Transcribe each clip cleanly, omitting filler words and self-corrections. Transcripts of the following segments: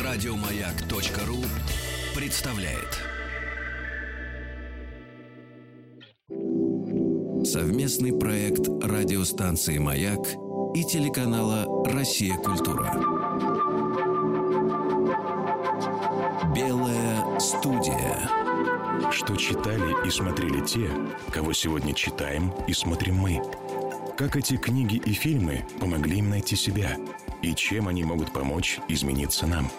Радиомаяк.ру представляет. Совместный проект радиостанции «Маяк» и телеканала «Россия. Культура». Белая студия. Что читали и смотрели те, кого сегодня читаем и смотрим мы. Как эти книги и фильмы помогли им найти себя, и чем они могут помочь измениться нам.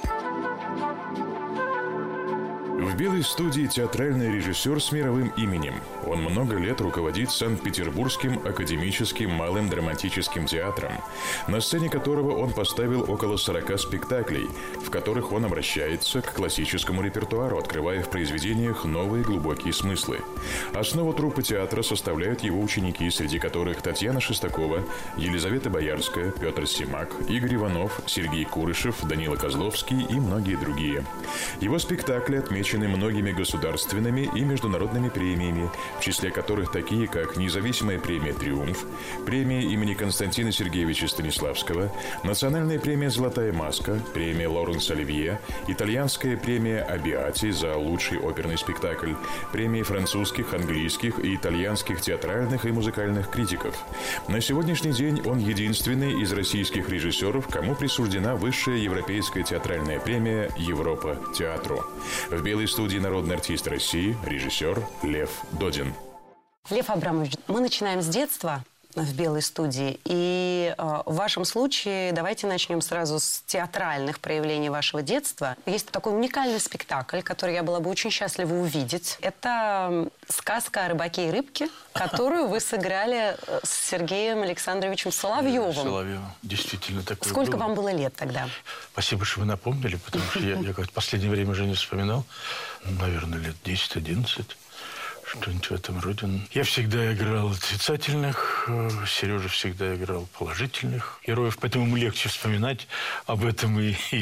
В «Белой студии» театральный режиссер с мировым именем. Он много лет руководит Санкт-Петербургским академическим малым драматическим театром, на сцене которого он поставил около 40 спектаклей, в которых он обращается к классическому репертуару, открывая в произведениях новые глубокие смыслы. Основу труппы театра составляют его ученики, среди которых Татьяна Шестакова, Елизавета Боярская, Петр Симак, Игорь Иванов, Сергей Курышев, Данила Козловский и многие другие. Его спектакли отмечены многими государственными и международными премиями, в числе которых такие, как независимая премия «Триумф», премия имени Константина Сергеевича Станиславского, национальная премия «Золотая маска», премия Лоренс Оливье, итальянская премия Абиати за лучший оперный спектакль, премии французских, английских и итальянских театральных и музыкальных критиков. На сегодняшний день он единственный из российских режиссеров, кому присуждена высшая европейская театральная премия «Европа театру». В «Белой студии» народный артист России, режиссер Лев Додин. Лев Абрамович, мы начинаем с детства в «Белой студии». И в вашем случае давайте начнем сразу с театральных проявлений вашего детства. Есть такой уникальный спектакль, который я была бы очень счастлива увидеть. Это сказка о рыбаке и рыбке, которую вы сыграли с Сергеем Александровичем Соловьевым. Соловьевым. Действительно такое. Сколько вам было лет тогда? Спасибо, что вы напомнили, потому что я как-то в последнее время уже не вспоминал. Наверное, лет 10-11. Что-нибудь в этом роде. Я всегда играл отрицательных, Сережа всегда играл положительных героев, поэтому ему легче вспоминать об этом.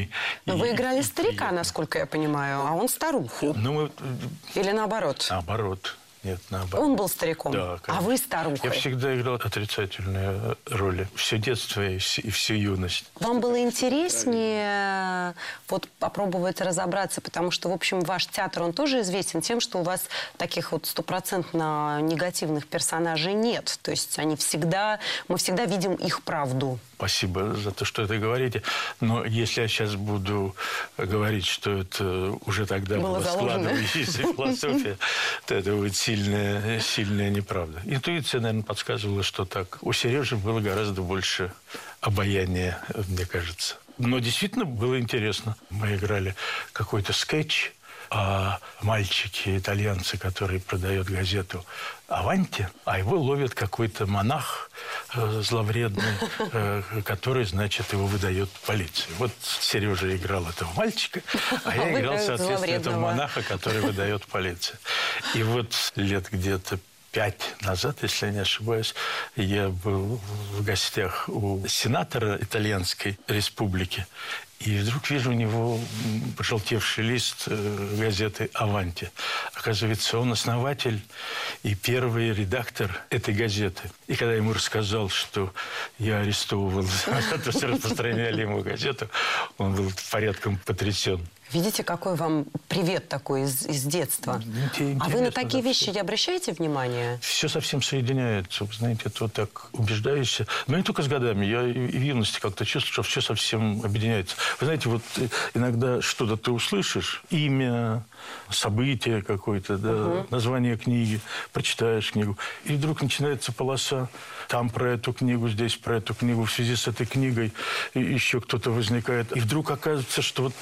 Но вы играли старика, насколько я понимаю, а он старуху. Или наоборот? Наоборот. Нет, наоборот. Он был стариком, да, а вы старухой. Я всегда играл отрицательные роли. Все детство и всю юность. Вам было интереснее вот попробовать разобраться, потому что, в общем, ваш театр, он тоже известен тем, что у вас таких вот стопроцентно негативных персонажей нет. То есть мы всегда видим их правду. Спасибо за то, что это говорите. Но если я сейчас буду говорить, что это уже тогда была складывающаяся философия, то это будет сильная неправда. Интуиция, наверное, подсказывала, что так. У Сережи было гораздо больше обаяния, мне кажется. Но действительно было интересно. Мы играли какой-то скетч о мальчике-итальянце, который продает газету «Аванти», а его ловит какой-то монах зловредный, который, значит, его выдает полиции. Вот Сережа играл этого мальчика, а я играл, соответственно, этого монаха, который выдает полиции. И вот лет где-то 5 назад, если я не ошибаюсь, я был в гостях у сенатора Итальянской республики, и вдруг вижу у него пожелтевший лист газеты «Аванти». Оказывается, он основатель и первый редактор этой газеты. И когда я ему рассказал, что я арестовывал за то, что распространяли ему газету, он был порядком потрясен. Видите, какой вам привет такой из детства. А вы на такие вещи не обращаете внимания? Все совсем соединяется. Вы знаете, это вот так убеждаешься. Но не только с годами. Я и в юности как-то чувствую, что все совсем объединяется. Вы знаете, вот иногда что-то ты услышишь, имя, событие какое-то, да, название книги, прочитаешь книгу, и вдруг начинается полоса. Там про эту книгу, здесь про эту книгу, в связи с этой книгой еще кто-то возникает. И вдруг оказывается, что вот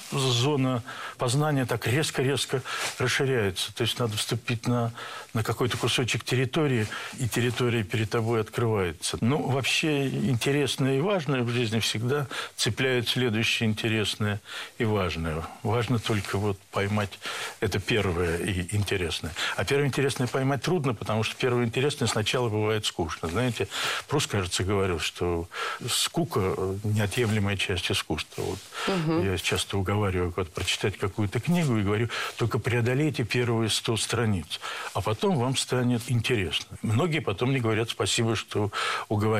зона познания так резко-резко расширяется. То есть надо вступить на какой-то кусочек территории, и территория перед тобой открывается. Ну, вообще интересное и важное в жизни всегда цепляют следующее интересное и важное. Важно только вот поймать это первое и интересное. А первое интересное поймать трудно, потому что первое интересное сначала бывает скучно. Знаете, Пруст, кажется, говорил, что скука – неотъемлемая часть искусства. Вот я часто уговариваю прочитать какую-то книгу и говорю, только преодолейте первые 100 страниц, а потом вам станет интересно. Многие потом мне говорят, спасибо, что уговорил.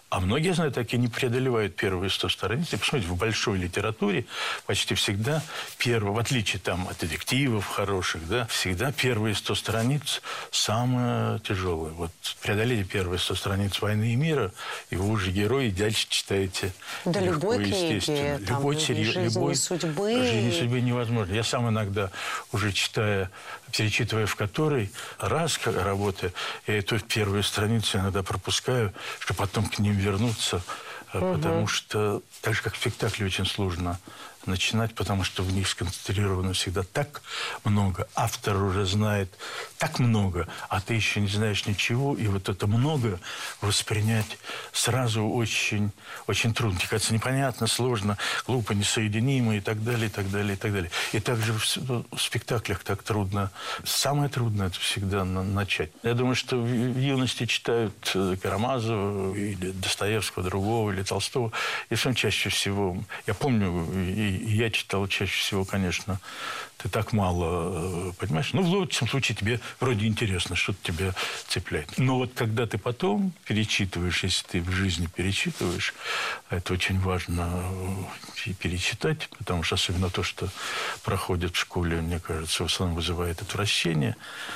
А многие, знаю, так и не преодолевают первые 100 страниц. И посмотрите, в большой литературе почти всегда в отличие там, от детективов хороших, да, всегда первые 100 страниц самое тяжелое. Вот преодолели первые 100 страниц «Войны и мира», и вы уже герой, и дальше читаете да легко, любой естественно. Книги, любой там, любой судьбы. Жизни судьбы невозможно. Я сам иногда, уже перечитывая в который раз, работая, я эту первую страницу иногда пропускаю, чтобы потом к ним вернуться, потому что, так же как в спектакле, очень сложно начинать, потому что в них сконцентрировано всегда так много. Автор уже знает так много, а ты еще не знаешь ничего. И вот это много воспринять сразу очень, очень трудно. Мне кажется, непонятно, сложно, глупо, несоединимо и так далее, и так далее, и так далее. И также в спектаклях так трудно. Самое трудное – это всегда начать. Я думаю, что в юности читают Карамазова или Достоевского, другого, или Толстого. И что чаще всего, я помню, и я читал чаще всего, конечно, ты так мало понимаешь. Ну, в лучшем случае тебе вроде интересно, что-то тебя цепляет. Но вот когда ты потом перечитываешь, если ты в жизни перечитываешь, это очень важно перечитать, потому что особенно то, что проходит в школе, мне кажется, в основном вызывает отвращение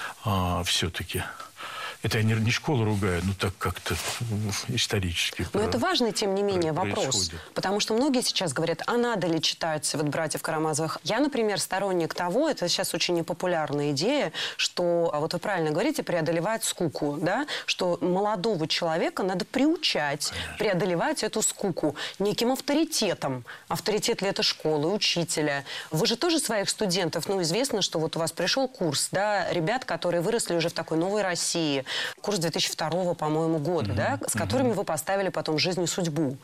все-таки. Это я не школу ругаю, но так как-то исторически. Но это важный, тем не менее, вопрос. Потому что многие сейчас говорят, а надо ли читать вот «Братьев Карамазовых». Я, например, сторонник того, это сейчас очень непопулярная идея, что, вот вы правильно говорите, преодолевать скуку, да? Что молодого человека надо приучать преодолевать эту скуку неким авторитетом. Авторитет ли это школы, учителя. Вы же тоже своих студентов, известно, что вот у вас пришел курс, да, ребят, которые выросли уже в такой новой России. Курс 2002, по-моему, года, да, с которыми вы поставили потом «Жизнь и судьбу».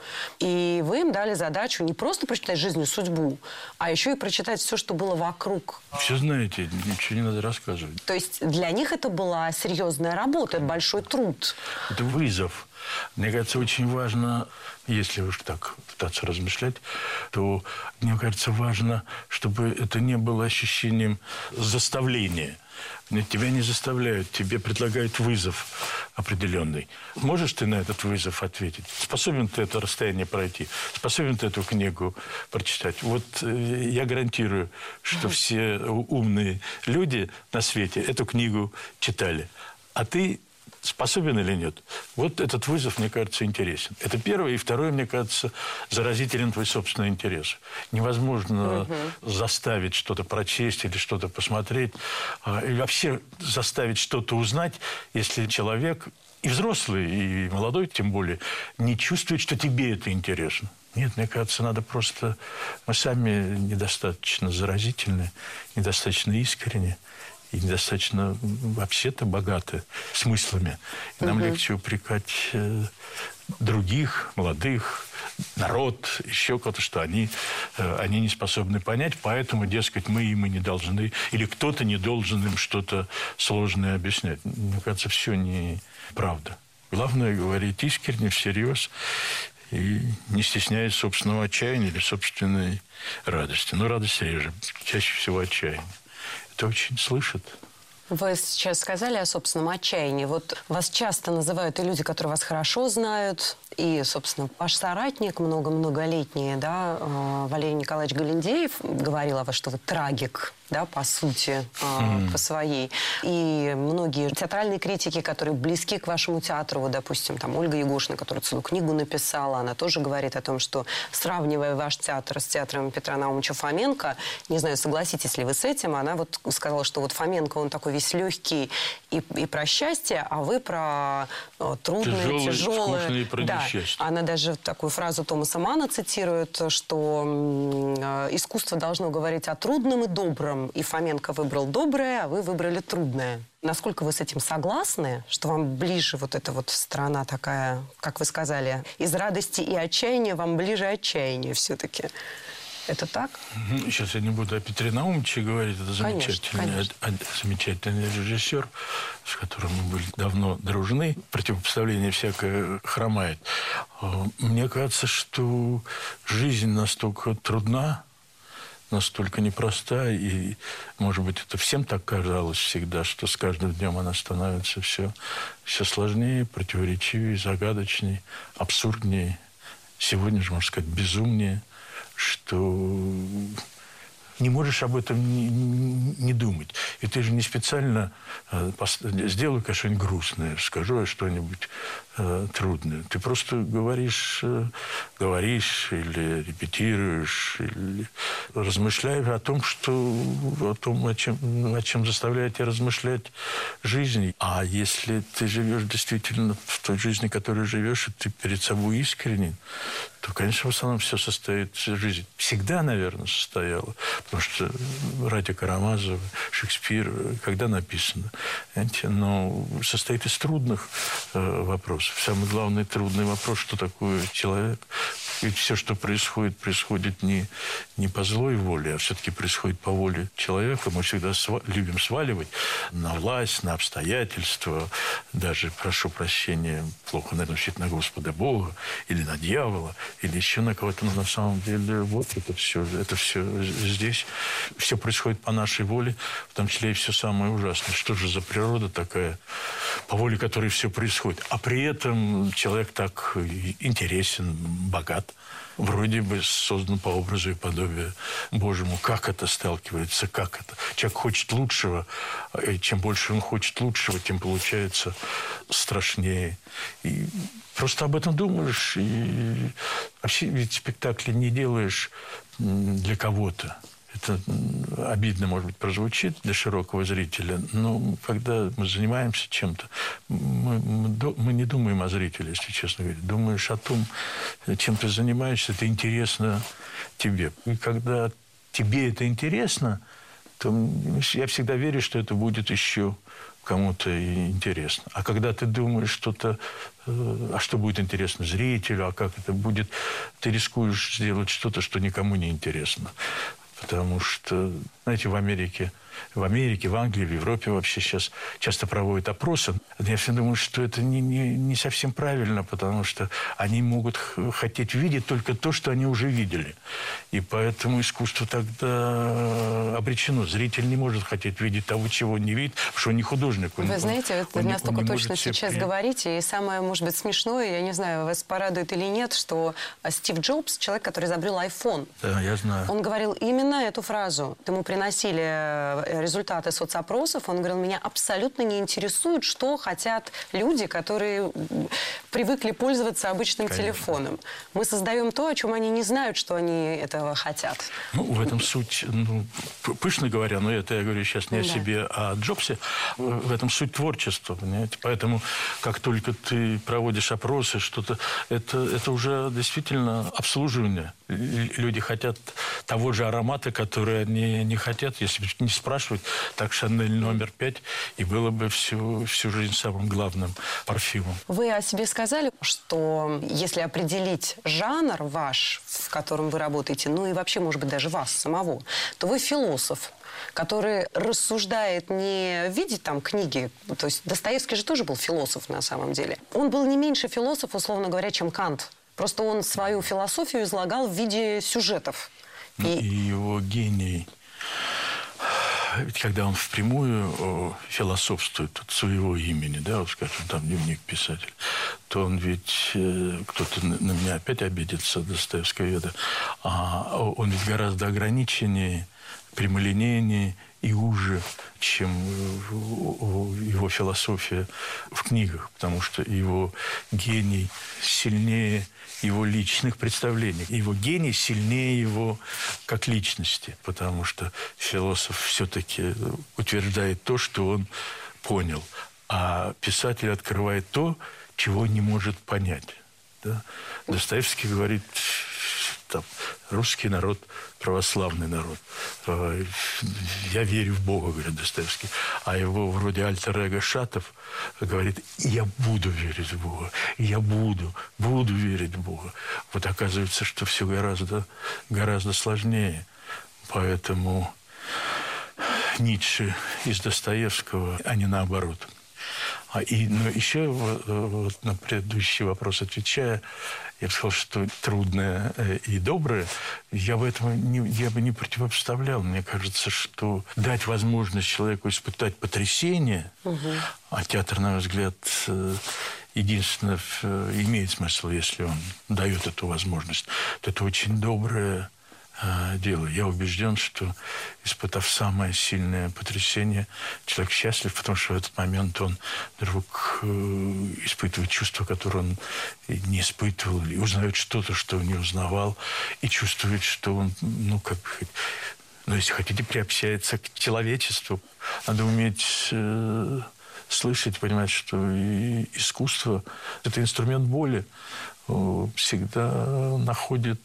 И вы им дали задачу не просто прочитать «Жизнь и судьбу», а еще и прочитать все, что было вокруг. Все знаете, ничего не надо рассказывать. То есть для них это была серьезная работа, это большой труд. Это вызов. Мне кажется, очень важно, если уж так пытаться размышлять, то, мне кажется, важно, чтобы это не было ощущением заставления. Тебя не заставляют, тебе предлагают вызов определенный. Можешь ты на этот вызов ответить? Способен ты это расстояние пройти? Способен ты эту книгу прочитать? Вот я гарантирую, что все умные люди на свете эту книгу читали. А ты способен или нет? Вот этот вызов, мне кажется, интересен. Это первое. И второе, мне кажется, заразителен твой собственный интерес. Невозможно заставить что-то прочесть или что-то посмотреть. И вообще заставить что-то узнать, если человек, и взрослый, и молодой, тем более, не чувствует, что тебе это интересно. Нет, мне кажется, надо просто... Мы сами недостаточно заразительны, недостаточно искренни. И недостаточно вообще-то богаты смыслами. И нам легче упрекать других, молодых, народ, еще кого-то, что они не способны понять, поэтому, дескать, мы им и не должны, или кто-то не должен им что-то сложное объяснять. Мне кажется, все неправда. Главное говорить искренне, всерьез, и не стесняясь собственного отчаяния или собственной радости. Но радость реже, чаще всего отчаяние. Это очень слышат. Вы сейчас сказали о собственном отчаянии. Вот вас часто называют и люди, которые вас хорошо знают, и, собственно, ваш соратник многолетний, да, Валерий Николаевич Галендеев говорил о вас, что вы трагик, да, по сути, по своей. И многие театральные критики, которые близки к вашему театру, вот, допустим, там Ольга Егошина, которая целую книгу написала, она тоже говорит о том, что, сравнивая ваш театр с театром Петра Наумовича Фоменко, не знаю, согласитесь ли вы с этим, она вот сказала, что вот Фоменко, он такой весь легкий и про счастье, а вы про трудное, тяжелое. Да. Она даже такую фразу Томаса Манна цитирует, что искусство должно говорить о трудном и добром. И Фоменко выбрал доброе, а вы выбрали трудное. Насколько вы с этим согласны, что вам ближе вот эта вот сторона такая, как вы сказали, из радости и отчаяния вам ближе отчаяние все-таки? Это так? Сейчас я не буду о Петре Наумовиче говорить. Это замечательный режиссер, с которым мы были давно дружны. Противопоставление всякое хромает. Мне кажется, что жизнь настолько трудна, настолько непроста, и, может быть, это всем так казалось всегда, что с каждым днем она становится все сложнее, противоречивее, загадочнее, абсурднее, сегодня же, можно сказать, безумнее, что не можешь об этом не думать. И ты же не специально сделаю, конечно, что-нибудь грустное, скажу что-нибудь трудное. Ты просто говоришь или репетируешь, или размышляешь о том, о чем заставляет тебя размышлять жизнь. А если ты живешь действительно в той жизни, которой живешь, и ты перед собой искренен, то, конечно, в основном все состоит жизнь. Всегда, наверное, состояла. Потому что Радя Карамазов, Шекспир, когда написано, понимаете, но состоит из трудных вопросов. Самый главный трудный вопрос, что такое человек. Ведь все, что происходит не по злой воле, а все-таки происходит по воле человека. Мы всегда любим сваливать на власть, на обстоятельства, даже, прошу прощения, плохо наносить на Господа Бога или на дьявола, или еще на кого-то. Но на самом деле вот это все здесь. Все происходит по нашей воле, в том числе и все самое ужасное. Что же за природа такая, по воле которой все происходит? А при этом человек так интересен, богат. Вроде бы создан по образу и подобию Божьему. Как это сталкивается, как это? Человек хочет лучшего, и чем больше он хочет лучшего, тем получается страшнее. И просто об этом думаешь. И вообще ведь спектакли не делаешь для кого-то. Это обидно, может быть, прозвучит для широкого зрителя, но когда мы занимаемся чем-то, мы не думаем о зрителе, если честно говоря. Думаешь о том, чем ты занимаешься, это интересно тебе. И когда тебе это интересно, то я всегда верю, что это будет еще кому-то интересно. А когда ты думаешь что-то, а что будет интересно зрителю, а как это будет, ты рискуешь сделать что-то, что никому не интересно. Потому что, знаете, в Америке, в Англии, в Европе вообще сейчас часто проводят опросы. Я все думаю, что это не совсем правильно, потому что они могут хотеть видеть только то, что они уже видели. И поэтому искусство тогда обречено. Зритель не может хотеть видеть того, чего он не видит, потому что он не художник. Вы знаете, вы настолько точно сейчас говорите, и самое, может быть, смешное, я не знаю, вас порадует или нет, что Стив Джобс, человек, который изобрел iPhone, да, я знаю. Он говорил именно эту фразу. Ему приносили результаты соцопросов, он говорил, меня абсолютно не интересует, что хотят люди, которые привыкли пользоваться обычным телефоном. Мы создаем то, о чем они не знают, что они этого хотят. Ну, в этом суть, пышно говоря, но это я говорю сейчас не о себе, а о Джобсе, в этом суть творчества, понимаете? Поэтому, как только ты проводишь опросы, что-то, это уже действительно обслуживание. Люди хотят того же аромата, который они не хотят, если не спрашивать, так Шанель номер 5, и было бы всю жизнь самым главным парфюмом. Вы о себе сказали, что если определить жанр ваш, в котором вы работаете, ну и вообще, может быть, даже вас самого, то вы философ, который рассуждает не в виде там книги, то есть Достоевский же тоже был философ на самом деле. Он был не меньше философ, условно говоря, чем Кант. Просто он свою философию излагал в виде сюжетов. И его гений, ведь когда он впрямую философствует от своего имени, да, вот, скажем, там дневник писатель, то он ведь, кто-то на меня опять обидится, Достоевского веда, а он ведь гораздо ограниченнее, прямолинейнее и уже, чем его философия в книгах, потому что его гений сильнее его личных представлений. Его гений сильнее его как личности, потому что философ все-таки утверждает то, что он понял, а писатель открывает то, чего не может понять. Да? Достоевский говорит, там, русский народ, православный народ. Я верю в Бога, говорит Достоевский. А его вроде альтер-эго Шатов говорит, я буду верить в Бога. Я буду верить в Бога. Вот оказывается, что все гораздо сложнее. Поэтому Ницше из Достоевского, а не наоборот. Но еще вот на предыдущий вопрос отвечая, я бы сказал, что трудное и доброе, я бы не противопоставлял. Мне кажется, что дать возможность человеку испытать потрясение, а театр, на мой взгляд, единственно имеет смысл, если он дает эту возможность, то это очень доброе дело. Я убежден, что, испытав самое сильное потрясение, человек счастлив, потому что в этот момент он вдруг испытывает чувства, которые он не испытывал, и узнает что-то, что он не узнавал, и чувствует, что он, если хотите, приобщается к человечеству. Надо уметь слышать, понимать, что и искусство – это инструмент боли. Всегда находит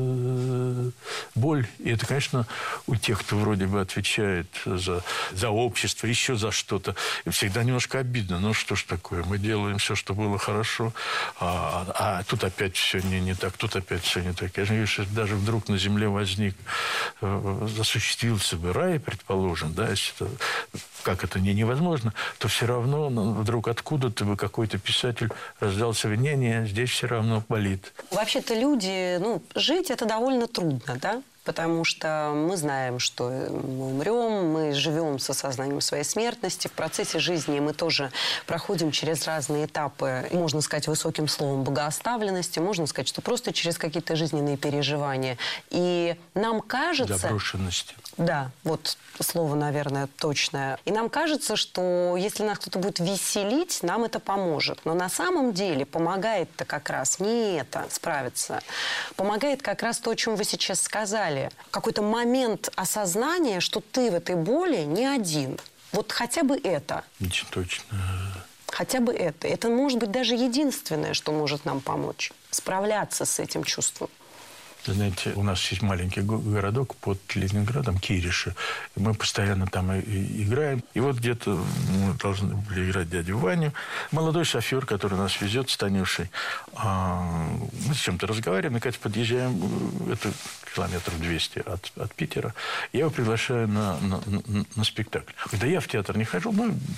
боль. И это, конечно, у тех, кто вроде бы отвечает за общество, еще за что-то, всегда немножко обидно. Ну, что ж такое? Мы делаем все, что было хорошо, а тут опять все не так, тут опять все не так. Я же говорю, что даже вдруг на земле осуществился бы рай, предположим, да, если это, как это невозможно, то все равно вдруг откуда-то бы какой-то писатель раздался: не, здесь все равно болит. Вообще-то люди, жить это довольно трудно, да? Потому что мы знаем, что мы умрем, мы живем с осознанием своей смертности. В процессе жизни мы тоже проходим через разные этапы, можно сказать, высоким словом, богооставленности, можно сказать, что просто через какие-то жизненные переживания. И нам кажется... Заброшенности. Да, вот слово, наверное, точное. И нам кажется, что если нас кто-то будет веселить, нам это поможет. Но на самом деле помогает-то как раз не это справиться. Помогает как раз то, о чем вы сейчас сказали. Какой-то момент осознания, что ты в этой боли не один. Вот хотя бы это. Точно. Хотя бы это. Это может быть даже единственное, что может нам помочь. Справляться с этим чувством. Знаете, у нас есть маленький городок под Ленинградом, Кириши. И мы постоянно там играем. И вот где-то мы должны были играть дядю Ваню. Молодой шофер, который нас везет с Танюшей. Мы с чем-то разговариваем. Наконец подъезжаем, это километров 200 от Питера. Я его приглашаю на спектакль. Да я в театр не хожу.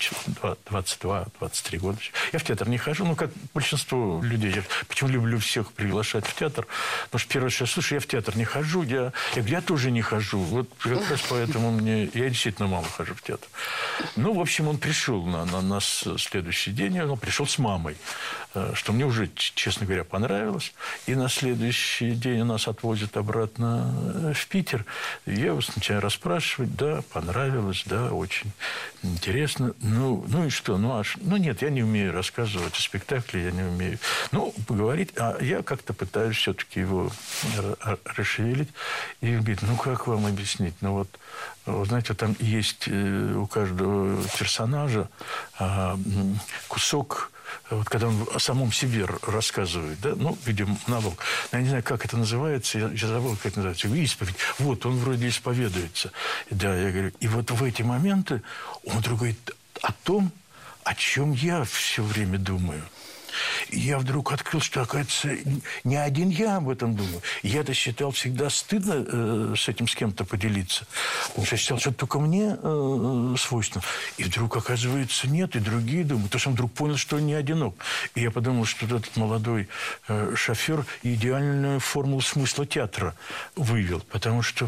22-23 года. Я в театр не хожу. Как большинство людей. Я почему люблю всех приглашать в театр? Потому что первый раз: слушай, я в театр не хожу. Я тоже не хожу. Вот как раз поэтому я действительно мало хожу в театр. В общем, он пришел на нас следующий день. Он пришел с мамой. Что мне уже, честно говоря, понравилось. И на следующий день нас отвозят обратно в Питер. Я его начинаю расспрашивать. Да, понравилось, да, очень интересно. И что? Нет, я не умею рассказывать о спектакле, я не умею. Поговорить. А я как-то пытаюсь все-таки его расшевелить. И он говорит: как вам объяснить? Знаете, там есть у каждого персонажа кусок, когда он о самом себе рассказывает, да, видимо, монолог. Я не знаю, как это называется, я забыл, как это называется, исповедь. Вот, он вроде исповедуется. Да, я говорю, и вот в эти моменты он вдруг говорит о том, о чем я все время думаю. И я вдруг открыл, что, оказывается, не один я об этом думаю. Я-то считал всегда стыдно с этим с кем-то поделиться. Потому что я считал, что это только мне свойственно. И вдруг, оказывается, нет, и другие думают. Потому что он вдруг понял, что он не одинок. И я подумал, что этот молодой шофер идеальную формулу смысла театра вывел. Потому что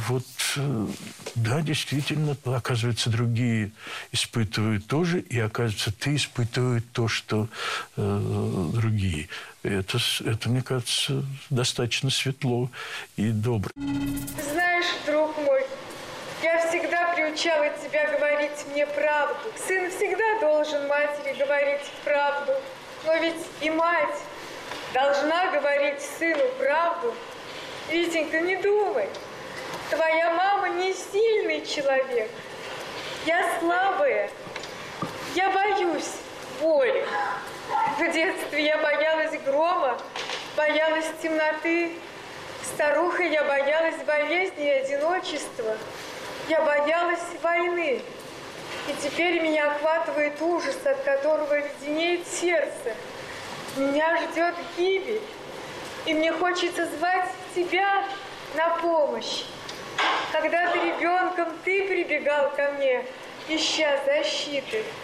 да, действительно, оказывается, другие испытывают тоже. И, оказывается, ты испытываешь то, что другие. Это, мне кажется, достаточно светло и добро. Знаешь, друг мой, я всегда приучала тебя говорить мне правду. Сын всегда должен матери говорить правду. Но ведь и мать должна говорить сыну правду. Витенька, не думай. Твоя мама не сильный человек. Я слабая. Я боюсь боли. В детстве я боялась грома, боялась темноты. Старухой я боялась болезни и одиночества. Я боялась войны. И теперь меня охватывает ужас, от которого леденеет сердце. Меня ждет гибель. И мне хочется звать тебя на помощь. Когда ты ребенком, ты прибегал ко мне, ища защиты.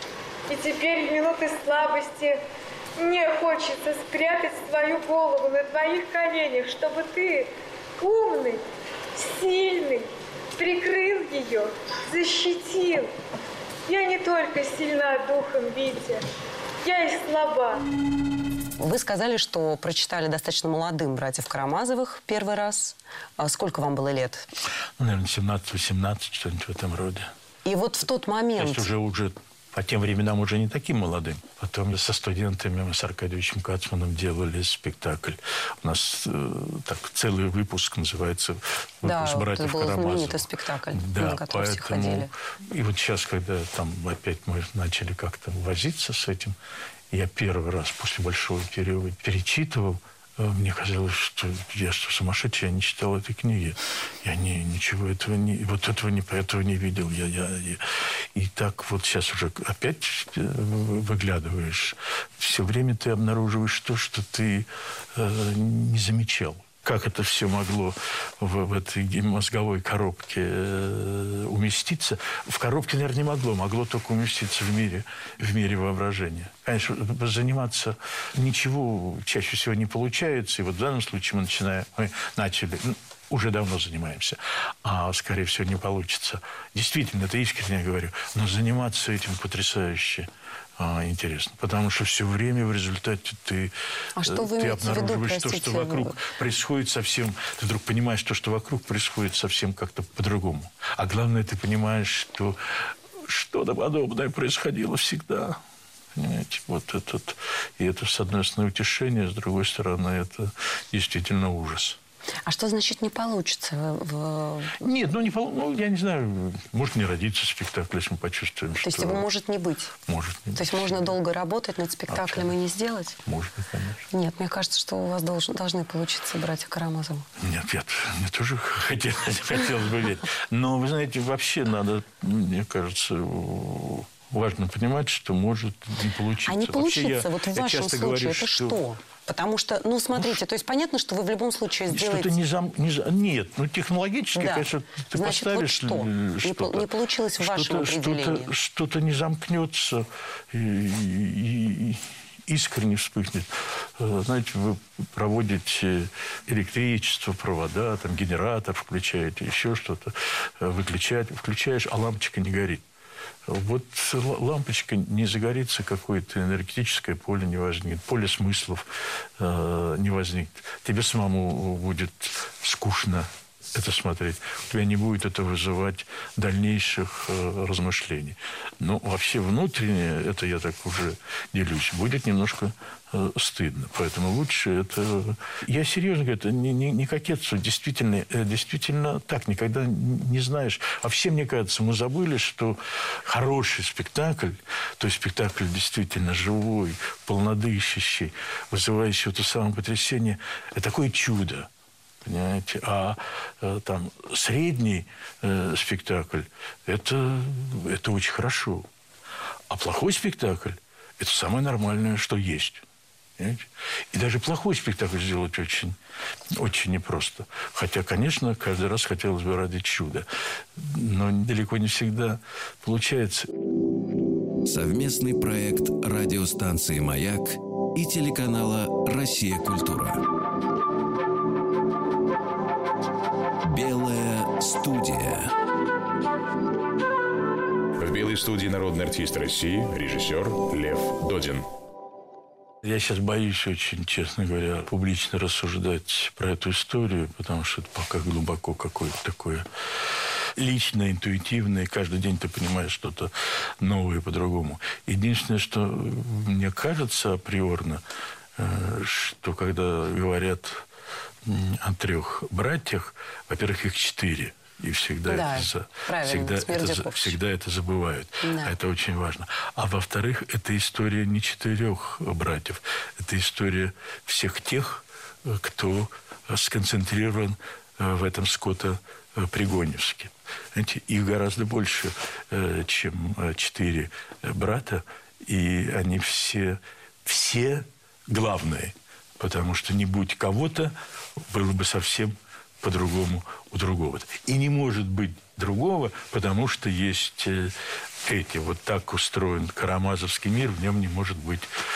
И теперь в минуты слабости мне хочется спрятать свою голову на твоих коленях, чтобы ты, умный, сильный, прикрыл ее, защитил. Я не только сильна духом, Витя, я и слаба. Вы сказали, что прочитали достаточно молодым «Братьев Карамазовых» первый раз. А сколько вам было лет? Ну, наверное, 17-18, что-нибудь в этом роде. И вот в тот момент... То есть уже по тем временам уже не таким молодым. Потом со студентами мы с Аркадьевичем Кацманом делали спектакль. У нас так целый выпуск называется «Выпуск братьев Карамазовых». Да, это был знаменитый спектакль, на который все ходили. И вот сейчас, когда там опять мы начали как-то возиться с этим, я первый раз после большого перерыва перечитывал. Мне казалось, что я сумасшедший, я не читал этой книги. Я ничего этого не видел. И так вот сейчас уже опять выглядываешь. Все время ты обнаруживаешь то, что ты не замечал. Как это все могло в этой мозговой коробке уместиться? В коробке, наверное, не могло. Могло только уместиться в мире воображения. Конечно, заниматься ничего чаще всего не получается. И вот в данном случае мы начали... Уже давно занимаемся, а, скорее всего, не получится. Действительно, это искренне говорю, но заниматься этим потрясающе интересно. Потому что все время в результате ты обнаруживаешь то, что вокруг происходит совсем... Ты вдруг понимаешь то, что вокруг происходит совсем как-то по-другому. А главное, ты понимаешь, что что-то подобное происходило всегда. Понимаете? И это, с одной стороны, утешение, с другой стороны, это действительно ужас. А что значит не получится? Нет, я не знаю. Может не родиться спектакль, если мы почувствуем, что... То есть его может не быть? Может не быть. То есть можно долго работать над спектаклем и не сделать? Может, конечно. Нет, мне кажется, что у вас должны получиться «Братья Карамазовы». Нет, мне тоже хотелось бы верить. Но, вы знаете, вообще надо, мне кажется... Важно понимать, что может не получиться. А не получится, вот в вашем случае, это что? Потому что, смотрите, то есть понятно, что вы в любом случае сделаете... Что-то Нет, технологически, да. Конечно, ты поставишь... Вот что? Не получилось в вашем определении. Что-то не замкнется и искренне вспыхнет. Знаете, вы проводите электричество, провода, там генератор включаете, еще что-то, включаешь, а лампочка не горит. Вот лампочка не загорится, какое-то энергетическое поле не возникнет, поле смыслов не возникнет. Тебе самому будет скучно это смотреть. У тебя не будет это вызывать дальнейших размышлений. Но вообще внутреннее, это я так уже делюсь, будет немножко стыдно. Поэтому лучше это... Я серьезно говорю, это не кокетство. Действительно так. Никогда не знаешь. А все, мне кажется, мы забыли, что хороший спектакль, то есть спектакль действительно живой, полнодышащий, вызывающий это самое потрясение, это такое чудо. Понимаете? А там средний спектакль это очень хорошо. А плохой спектакль это самое нормальное, что есть. Понимаете? И даже плохой спектакль сделать очень, очень непросто. Хотя, конечно, каждый раз хотелось бы ради чуда. Но далеко не всегда получается. Совместный проект радиостанции «Маяк» и телеканала «Россия. Культура». Белая студия. В белой студии народный артист России, режиссер Лев Додин. Я сейчас боюсь очень, честно говоря, публично рассуждать про эту историю, потому что это пока глубоко какое-то такое личное, интуитивное. Каждый день ты понимаешь что-то новое по-другому. Единственное, что мне кажется априорно, что когда говорят о 3 братьях, во-первых, их 4. И всегда это забывают. Да. Это очень важно. А во-вторых, это история не 4 братьев. Это история всех тех, кто сконцентрирован в этом скотопригоневске. Знаете, их гораздо больше, чем 4 брата. И они все главные. Потому что не будь кого-то, было бы совсем по-другому у другого. И не может быть другого, потому что есть эти. Вот так устроен карамазовский мир, в нем не может быть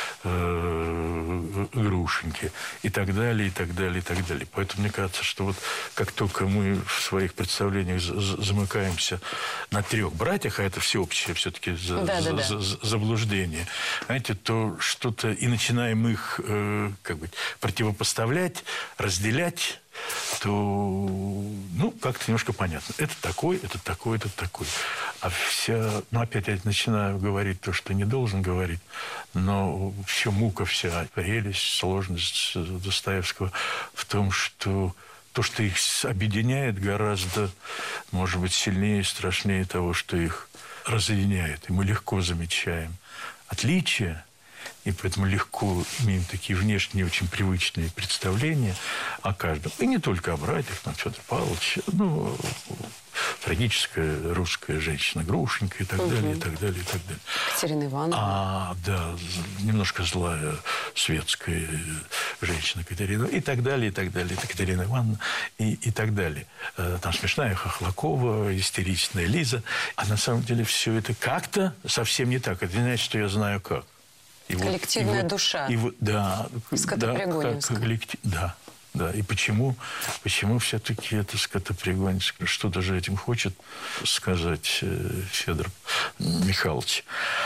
Грушеньки. И так далее, и так далее, и так далее. Поэтому мне кажется, что вот как только мы в своих представлениях замыкаемся на 3 братьях, а это всеобщее все-таки заблуждение, знаете, то что-то... И начинаем их как бы противопоставлять, разделять, то, ну, как-то немножко понятно. Это такой, это такой, это такой. А вся... Ну, опять я начинаю говорить то, что не должен говорить, но еще мука вся, прелесть, сложность Достоевского в том, что то, что их объединяет, гораздо, может быть, сильнее и страшнее того, что их разъединяет. И мы легко замечаем отличия, и поэтому легко имеем такие внешние, очень привычные представления о каждом. И не только о братьях, там, Федор Павлович, ну, трагическая русская женщина Грушенька и так далее, и так далее, и так далее. Катерина Ивановна. Да, немножко злая светская женщина Катерина, и так далее, и так далее. Это Катерина Ивановна и так далее. Там смешная Хохлакова, истеричная Лиза. А на самом деле все это как-то совсем не так. Это не значит, что я знаю как. Коллективная душа. Да. Скотопригонинская. Да. И почему все-таки это скотопригонинское? Что даже этим хочет сказать Федор Михайлович?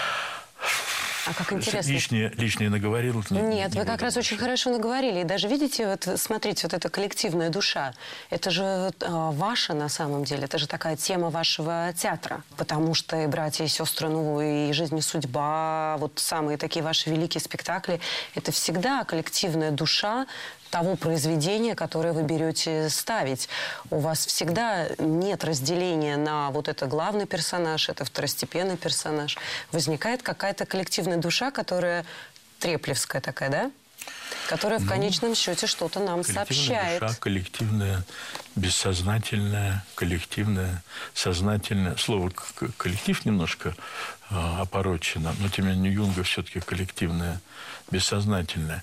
А как интересно. Лишнее наговорил? Нет, вы как раз очень хорошо наговорили. И даже, видите, вот смотрите, вот эта коллективная душа, это же ваша на самом деле, это же такая тема вашего театра. Потому что и «Братья и сестры», ну, и «Жизнь и судьба», вот самые такие ваши великие спектакли, это всегда коллективная душа того произведения, которое вы берете ставить. У вас всегда нет разделения на вот это главный персонаж, это второстепенный персонаж. Возникает какая-то коллективная душа, которая треплевская такая, да? Которая в конечном счете что-то нам сообщает. Душа, коллективная, бессознательная, коллективная, сознательная. Слово «коллектив» немножко опорочено, но тем не менее Юнга все-таки коллективная, бессознательная.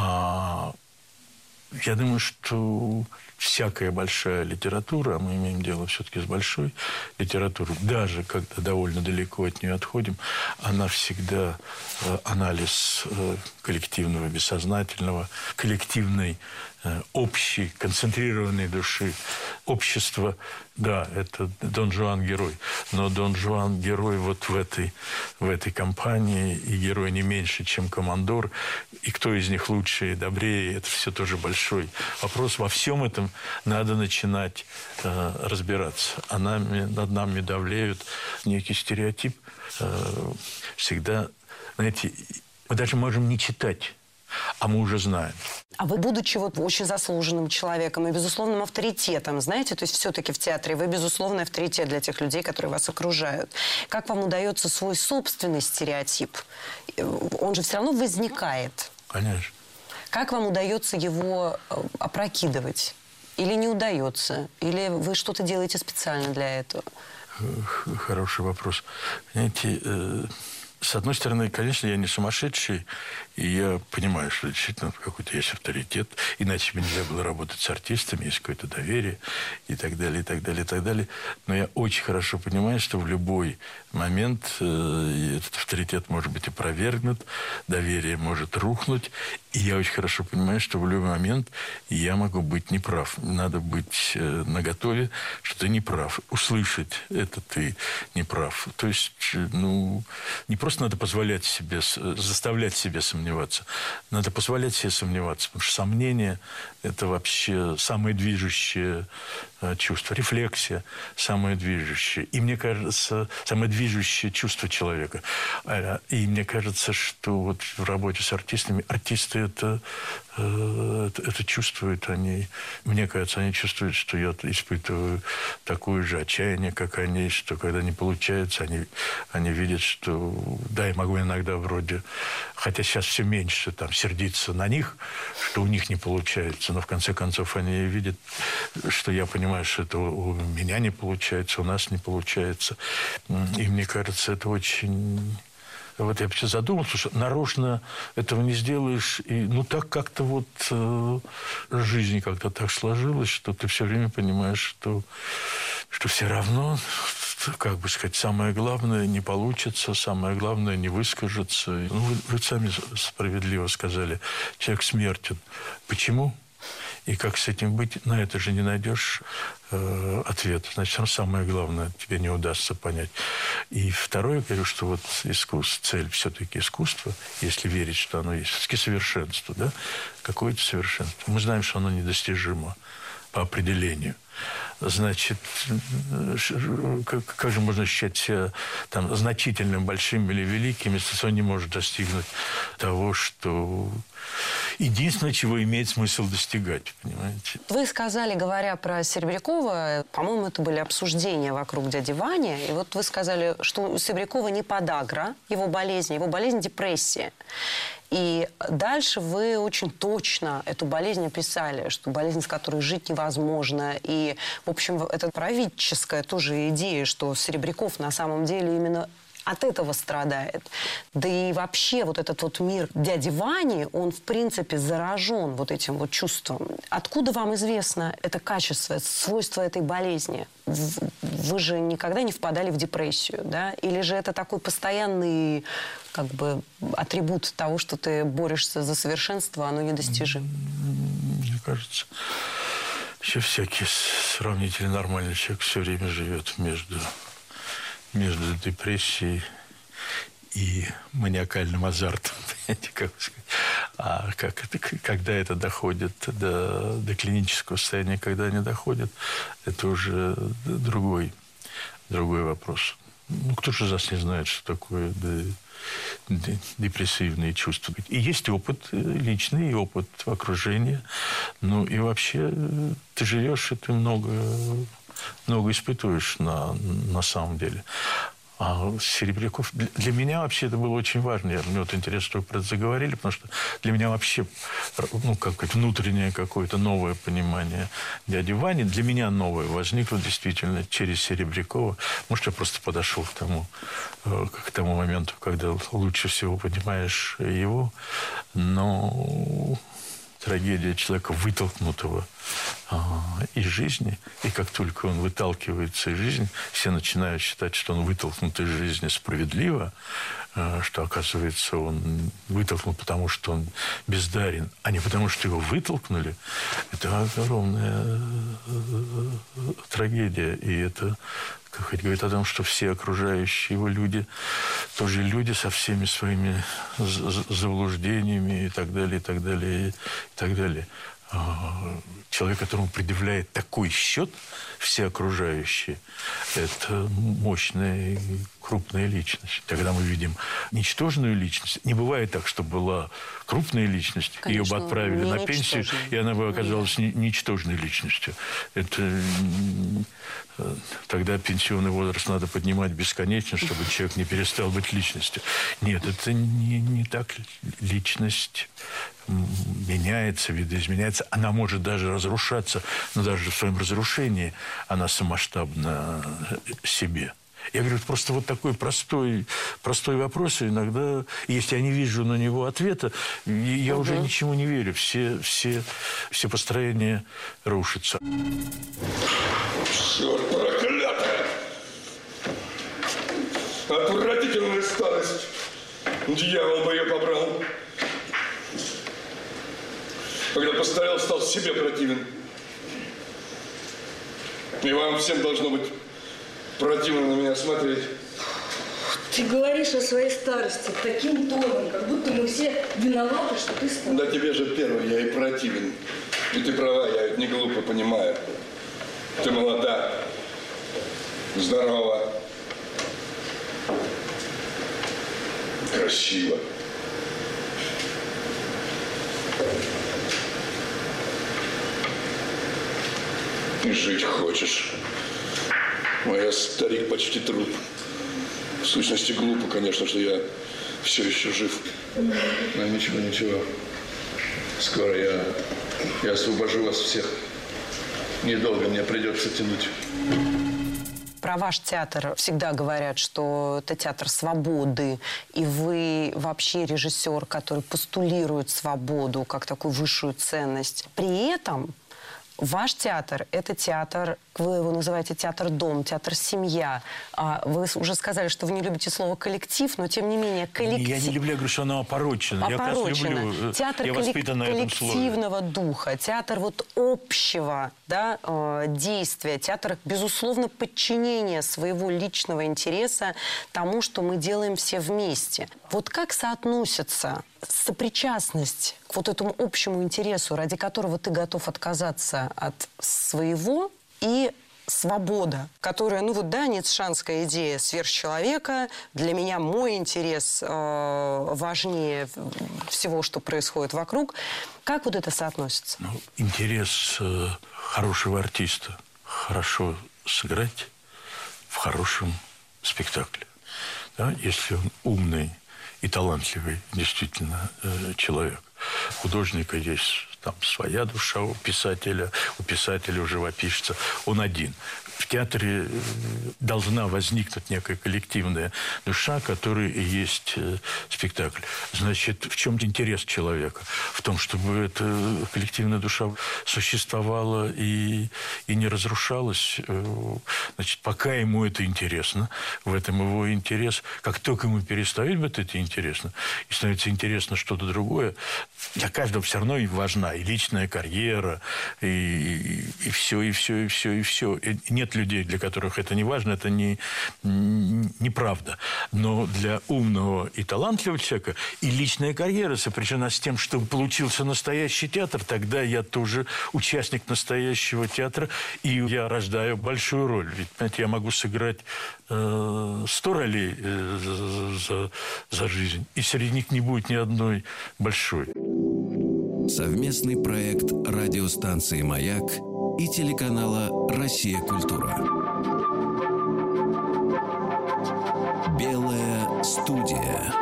Я думаю, что всякая большая литература, а мы имеем дело все-таки с большой литературой, даже когда довольно далеко от нее отходим, она всегда анализ коллективного, бессознательного, коллективной, общей, концентрированной души. Общество, да, это Дон Жуан герой, но Дон Жуан герой вот в этой компании, и герой не меньше, чем командор, и кто из них лучше и добрее, это все тоже большой вопрос. Во всем этом надо начинать разбираться. А над нами давлеют некий стереотип. Всегда, знаете, мы даже можем не читать, а мы уже знаем. А вы, будучи вот очень заслуженным человеком и безусловным авторитетом, знаете, то есть все-таки в театре вы безусловный авторитет для тех людей, которые вас окружают. Как вам удается свой собственный стереотип? Он же все равно возникает. Конечно. Как вам удается его опрокидывать? Или не удается? Или вы что-то делаете специально для этого? Хороший вопрос. Знаете, с одной стороны, конечно, я не сумасшедший, и я понимаю, что действительно какой-то есть авторитет, иначе бы нельзя было работать с артистами, есть какое-то доверие и так далее, и так далее, и так далее. Но я очень хорошо понимаю, что в любой момент этот авторитет может быть опровергнут, доверие может рухнуть, и я очень хорошо понимаю, что в любой момент я могу быть неправ. Надо быть наготове, что ты неправ. Услышать это ты неправ. То есть, ну, не просто надо позволять себе, заставлять себя сомневаться. Надо позволять себе сомневаться, потому что сомнение – это вообще самое движущее чувство. Рефлексия – самое движущее. И мне кажется, самое движущее чувство человека. И мне кажется, что вот в работе с артистами, артисты это чувствуют. Мне кажется, они чувствуют, что я испытываю такое же отчаяние, как они, что когда не получается, они видят, что да, я могу иногда вроде, хотя сейчас все меньше там сердиться на них, что у них не получается, но в конце концов они видят, что я понимаю, что это у меня не получается, у нас не получается. И мне кажется, это очень... Вот я вообще задумался, что нарочно этого не сделаешь. И, ну, так как-то вот жизнь как-то так сложилась, что ты все время понимаешь, что что все равно, как бы сказать, самое главное не получится, самое главное не выскажется. Ну, вы сами справедливо сказали, человек смертен. Почему? И как с этим быть, на это же не найдешь ответ. Значит, самое главное тебе не удастся понять. И второе, я говорю, что вот искусство, цель все-таки искусства, если верить, что оно есть, все-таки совершенство, да? Какое-то совершенство. Мы знаем, что оно недостижимо по определению. Значит, как же можно считать себя там значительным, большим или великим, если он не может достигнуть того, что единственное, чего имеет смысл достигать, понимаете? Вы сказали, говоря про Серебрякова, по-моему, это были обсуждения вокруг дяди Вани, и вот вы сказали, что у Серебрякова не подагра, его болезнь депрессия. И дальше вы очень точно эту болезнь описали, что болезнь, с которой жить невозможно. И, в общем, это правительская тоже идея, что Серебряков на самом деле именно от этого страдает. Да и вообще вот этот вот мир дяди Вани, он, в принципе, заражен вот этим вот чувством. Откуда вам известно это качество, свойство этой болезни? Вы же никогда не впадали в депрессию, да? Или же это такой постоянный, как бы, атрибут того, что ты борешься за совершенство, оно недостижимо? Мне кажется, еще всякий сравнительно нормальный человек все время живет между депрессией и маниакальным азартом. Как сказать. А когда это доходит до клинического состояния, когда они доходят, это уже другой вопрос. Ну, кто же из нас не знает, что такое депрессивные чувства. И есть опыт личный, и опыт окружения. Ну, и вообще ты живешь, и ты много испытываешь на самом деле. А Серебряков... Для меня вообще это было очень важно. Мне вот интересно, что вы про это заговорили, потому что для меня вообще, ну, как внутреннее какое-то новое понимание дяди Вани, для меня новое возникло действительно через Серебрякова. Может, я просто подошел к тому моменту, когда лучше всего понимаешь его, но... Трагедия человека, вытолкнутого из жизни. И как только он выталкивается из жизни, все начинают считать, что он вытолкнут из жизни справедливо, что, оказывается, он вытолкнут, потому что он бездарен, а не потому, что его вытолкнули. Это огромная трагедия. И это, как хоть говорит о том, что все окружающие его люди тоже люди со всеми своими заблуждениями и так далее, и так далее, и так далее. Человек, которому предъявляет такой счет все окружающие, это мощная, крупная личность. Тогда мы видим ничтожную личность. Не бывает так, что была крупная личность, конечно, ее бы отправили на пенсию, и она бы оказалась ничтожной личностью. Это... Тогда пенсионный возраст надо поднимать бесконечно, чтобы человек не перестал быть личностью. Нет, это не так. Личность меняется, видоизменяется. Она может даже разрушаться, но даже в своем разрушении она самоштабна себе. Я говорю, просто вот такой простой вопрос. И иногда, если я не вижу на него ответа, я уже ничему не верю. Все построения рушатся. Черт, проклятая! Отвратительная старость. Дьявол бы ее побрал. Когда постарел, стал себе противен. И вам всем должно быть противно на меня смотреть. Ты говоришь о своей старости таким тоном, как будто мы все виноваты, что ты стал. Да тебе же первый, я и противен. И ты права, я ведь не глупо понимаю. Ты молода, здорова, красива. И жить хочешь. А я старик, почти труп. В сущности, глупо, конечно, что я все еще жив. Но ничего. Скоро я освобожу вас всех. Недолго мне придется тянуть. Про ваш театр всегда говорят, что это театр свободы, и вы вообще режиссер, который постулирует свободу как такую высшую ценность. При этом Ваш театр – это театр, вы его называете театр-дом, театр-семья. Вы уже сказали, что вы не любите слово «коллектив», но тем не менее коллектив... Я не люблю, я говорю, что оно опорочено. Я как раз люблю, театр я воспитан на этом слове. Коллективного духа, театр вот общего, да, действия, театр, безусловно, подчинения своего личного интереса тому, что мы делаем все вместе. Вот как соотносится сопричастность к вот этому общему интересу, ради которого ты готов отказаться от своего, и свобода, которая, ну вот да, ницшанская идея сверхчеловека, для меня мой интерес важнее всего, что происходит вокруг. Как вот это соотносится? Ну, интерес хорошего артиста хорошо сыграть в хорошем спектакле. Да? Если он умный и талантливый действительно человек. У художника есть там своя душа, у писателя у живописца. Он один. В театре должна возникнуть некая коллективная душа, которая и есть спектакль. Значит, в чем интерес человека? В том, чтобы эта коллективная душа существовала и не разрушалась. Значит, пока ему это интересно, в этом его интерес. Как только ему перестает быть это интересно, и становится интересно что-то другое, для каждого все равно и важна и личная карьера, и все, и все, и все, и все. И нет людей, для которых это не важно, это неправда. Но для умного и талантливого человека и личная карьера сопряжена с тем, чтобы получился настоящий театр, тогда я тоже участник настоящего театра, и я рождаю большую роль. Ведь, знаете, я могу сыграть 100 ролей за жизнь, и среди них не будет ни одной большой. Совместный проект радиостанции «Маяк» и телеканала «Россия. Культура». Белая студия.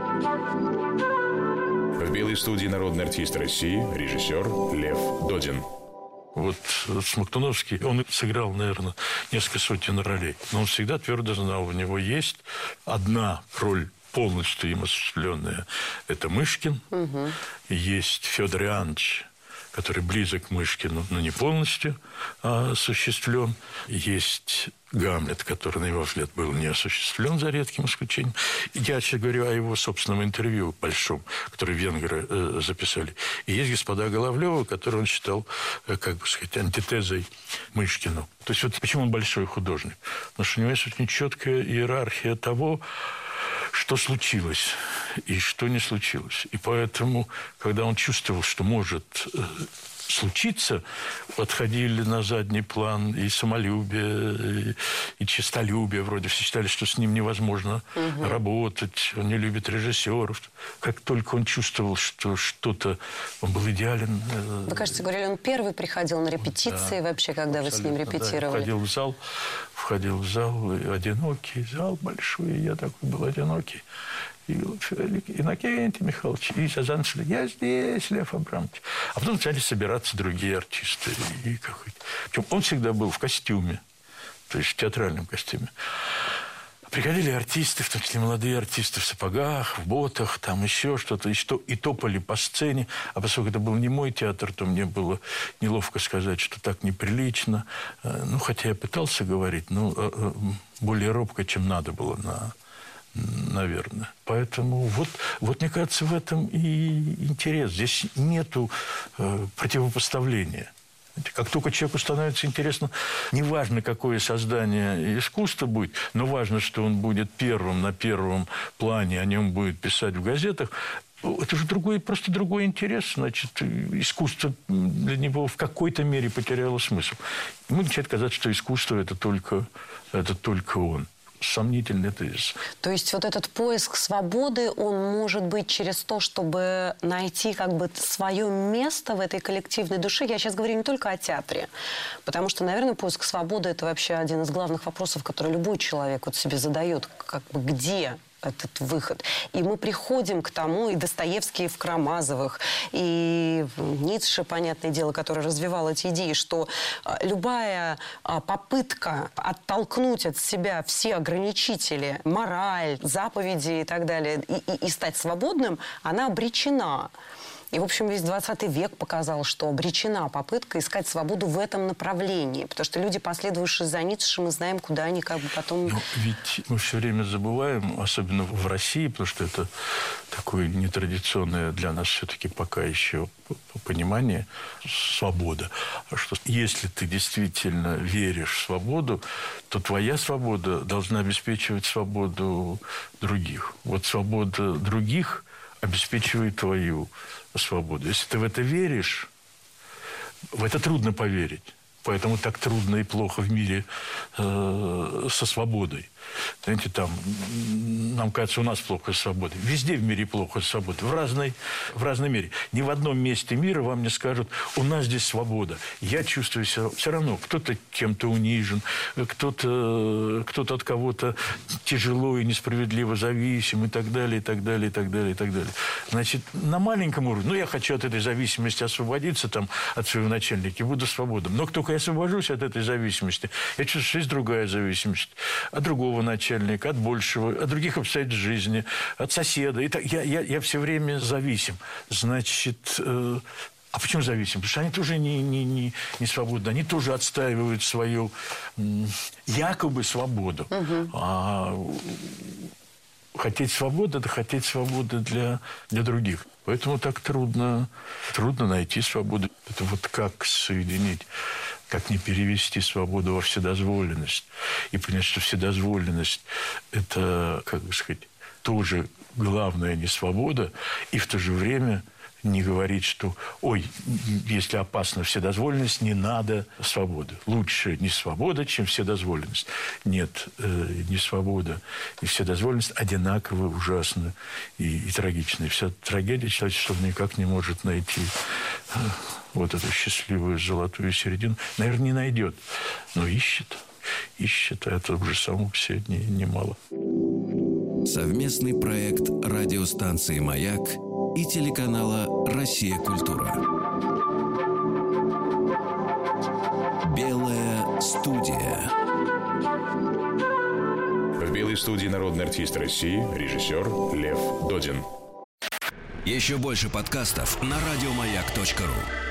В «Белой студии» народный артист России, режиссер Лев Додин. Вот Смоктуновский, он сыграл, наверное, несколько сотен ролей. Но он всегда твердо знал, у него есть одна роль, полностью им осуществленная. Это Мышкин. Угу. Есть Федор Иоаннович, который близок к Мышкину, но не полностью осуществлен. Есть Гамлет, который, на его взгляд, был не осуществлен, за редким исключением. Я сейчас говорю о его собственном интервью большом, которое венгры записали. И есть господа Головлёва, который он считал, как бы сказать, антитезой Мышкину. То есть вот почему он большой художник? Потому что у него есть очень четкая иерархия того, что случилось и что не случилось. И поэтому, когда он чувствовал, что может случиться, отходили на задний план и самолюбие, и честолюбие. Вроде все считали, что с ним невозможно работать, он не любит режиссеров. Как только он чувствовал, что что-то... Он был идеален. Вы, кажется, говорили, он первый приходил на репетиции, да, вообще, когда вы с ним репетировали. Да, входил в зал, одинокий зал большой, и я такой был одинокий. И Иннокентий Михайлович, и Сазанцев, я здесь, Лев Абрамович. А потом начали собираться другие артисты. Причем он всегда был в костюме, то есть в театральном костюме. Приходили артисты, в том числе молодые артисты в сапогах, в ботах, там еще что-то, и топали по сцене. А поскольку это был не мой театр, то мне было неловко сказать, что так неприлично. Ну, хотя я пытался говорить, но более робко, чем надо было наверное. Поэтому вот, мне кажется, в этом и интерес. Здесь нету противопоставления. Как только человеку становится интересно, неважно, какое создание искусства будет, но важно, что он будет первым, на первом плане, о нем будет писать в газетах, это же просто другой интерес. Значит, искусство для него в какой-то мере потеряло смысл. Ему начинает казаться, что искусство – это только он. Сомнительный тезис. То есть вот этот поиск свободы, он может быть через то, чтобы найти как бы свое место в этой коллективной душе. Я сейчас говорю не только о театре, потому что, наверное, поиск свободы – это вообще один из главных вопросов, который любой человек вот себе задает. Как бы где этот выход. И мы приходим к тому, и Достоевский в Карамазовых, и Ницше, понятное дело, который развивал эти идеи, что любая попытка оттолкнуть от себя все ограничители, мораль, заповеди и так далее, и стать свободным, она обречена. И, в общем, весь 20 век показал, что обречена попытка искать свободу в этом направлении. Потому что люди, последовавшие за Ницше, мы знаем, куда они как бы потом... Но ведь мы все время забываем, особенно в России, потому что это такое нетрадиционное для нас все-таки пока еще понимание, свобода. Что если ты действительно веришь в свободу, то твоя свобода должна обеспечивать свободу других. Вот свобода других обеспечивает твою свободу. Если ты в это веришь, в это трудно поверить. Поэтому так трудно и плохо в мире со свободой. Знаете, там, нам кажется, у нас плохо с свободой. Везде в мире плохо с свободой. В разной мере. Ни в одном месте мира вам не скажут, у нас здесь свобода. Я чувствую себя все равно. Кто-то кем-то унижен, кто-то от кого-то тяжело и несправедливо зависим и так далее, и так далее, и так далее, и так далее. Значит, на маленьком уровне, я хочу от этой зависимости освободиться там, от своего начальника и буду свободным. Но только я освобожусь от этой зависимости, я чувствую, что есть другая зависимость. От другого начальника, от большего, от других обстоятельств жизни, от соседа. Я все время зависим. Значит, а почему зависим? Потому что они тоже не свободны. Они тоже отстаивают свою якобы свободу. А хотеть свободы – это хотеть свободы для других. Поэтому так трудно найти свободу. Это вот как соединить, как не перевести свободу во вседозволенность. И понять, что вседозволенность – это, как бы сказать, тоже главная не свобода, и в то же время не говорить, что, ой, если опасна вседозволенность, не надо свободы. Лучше не свобода, чем вседозволенность. Нет, не свобода и вседозволенность одинаково ужасны и трагичны. Вся трагедия человечества никак не может найти вот эту счастливую золотую середину. Наверное, не найдет, но ищет, а это уже само по себе немало. Совместный проект радиостанции «Маяк» и телеканала «Россия. Культура». Белая студия. В «Белой студии» народный артист России, режиссер Лев Додин. Еще больше подкастов на радиомаяк.ру.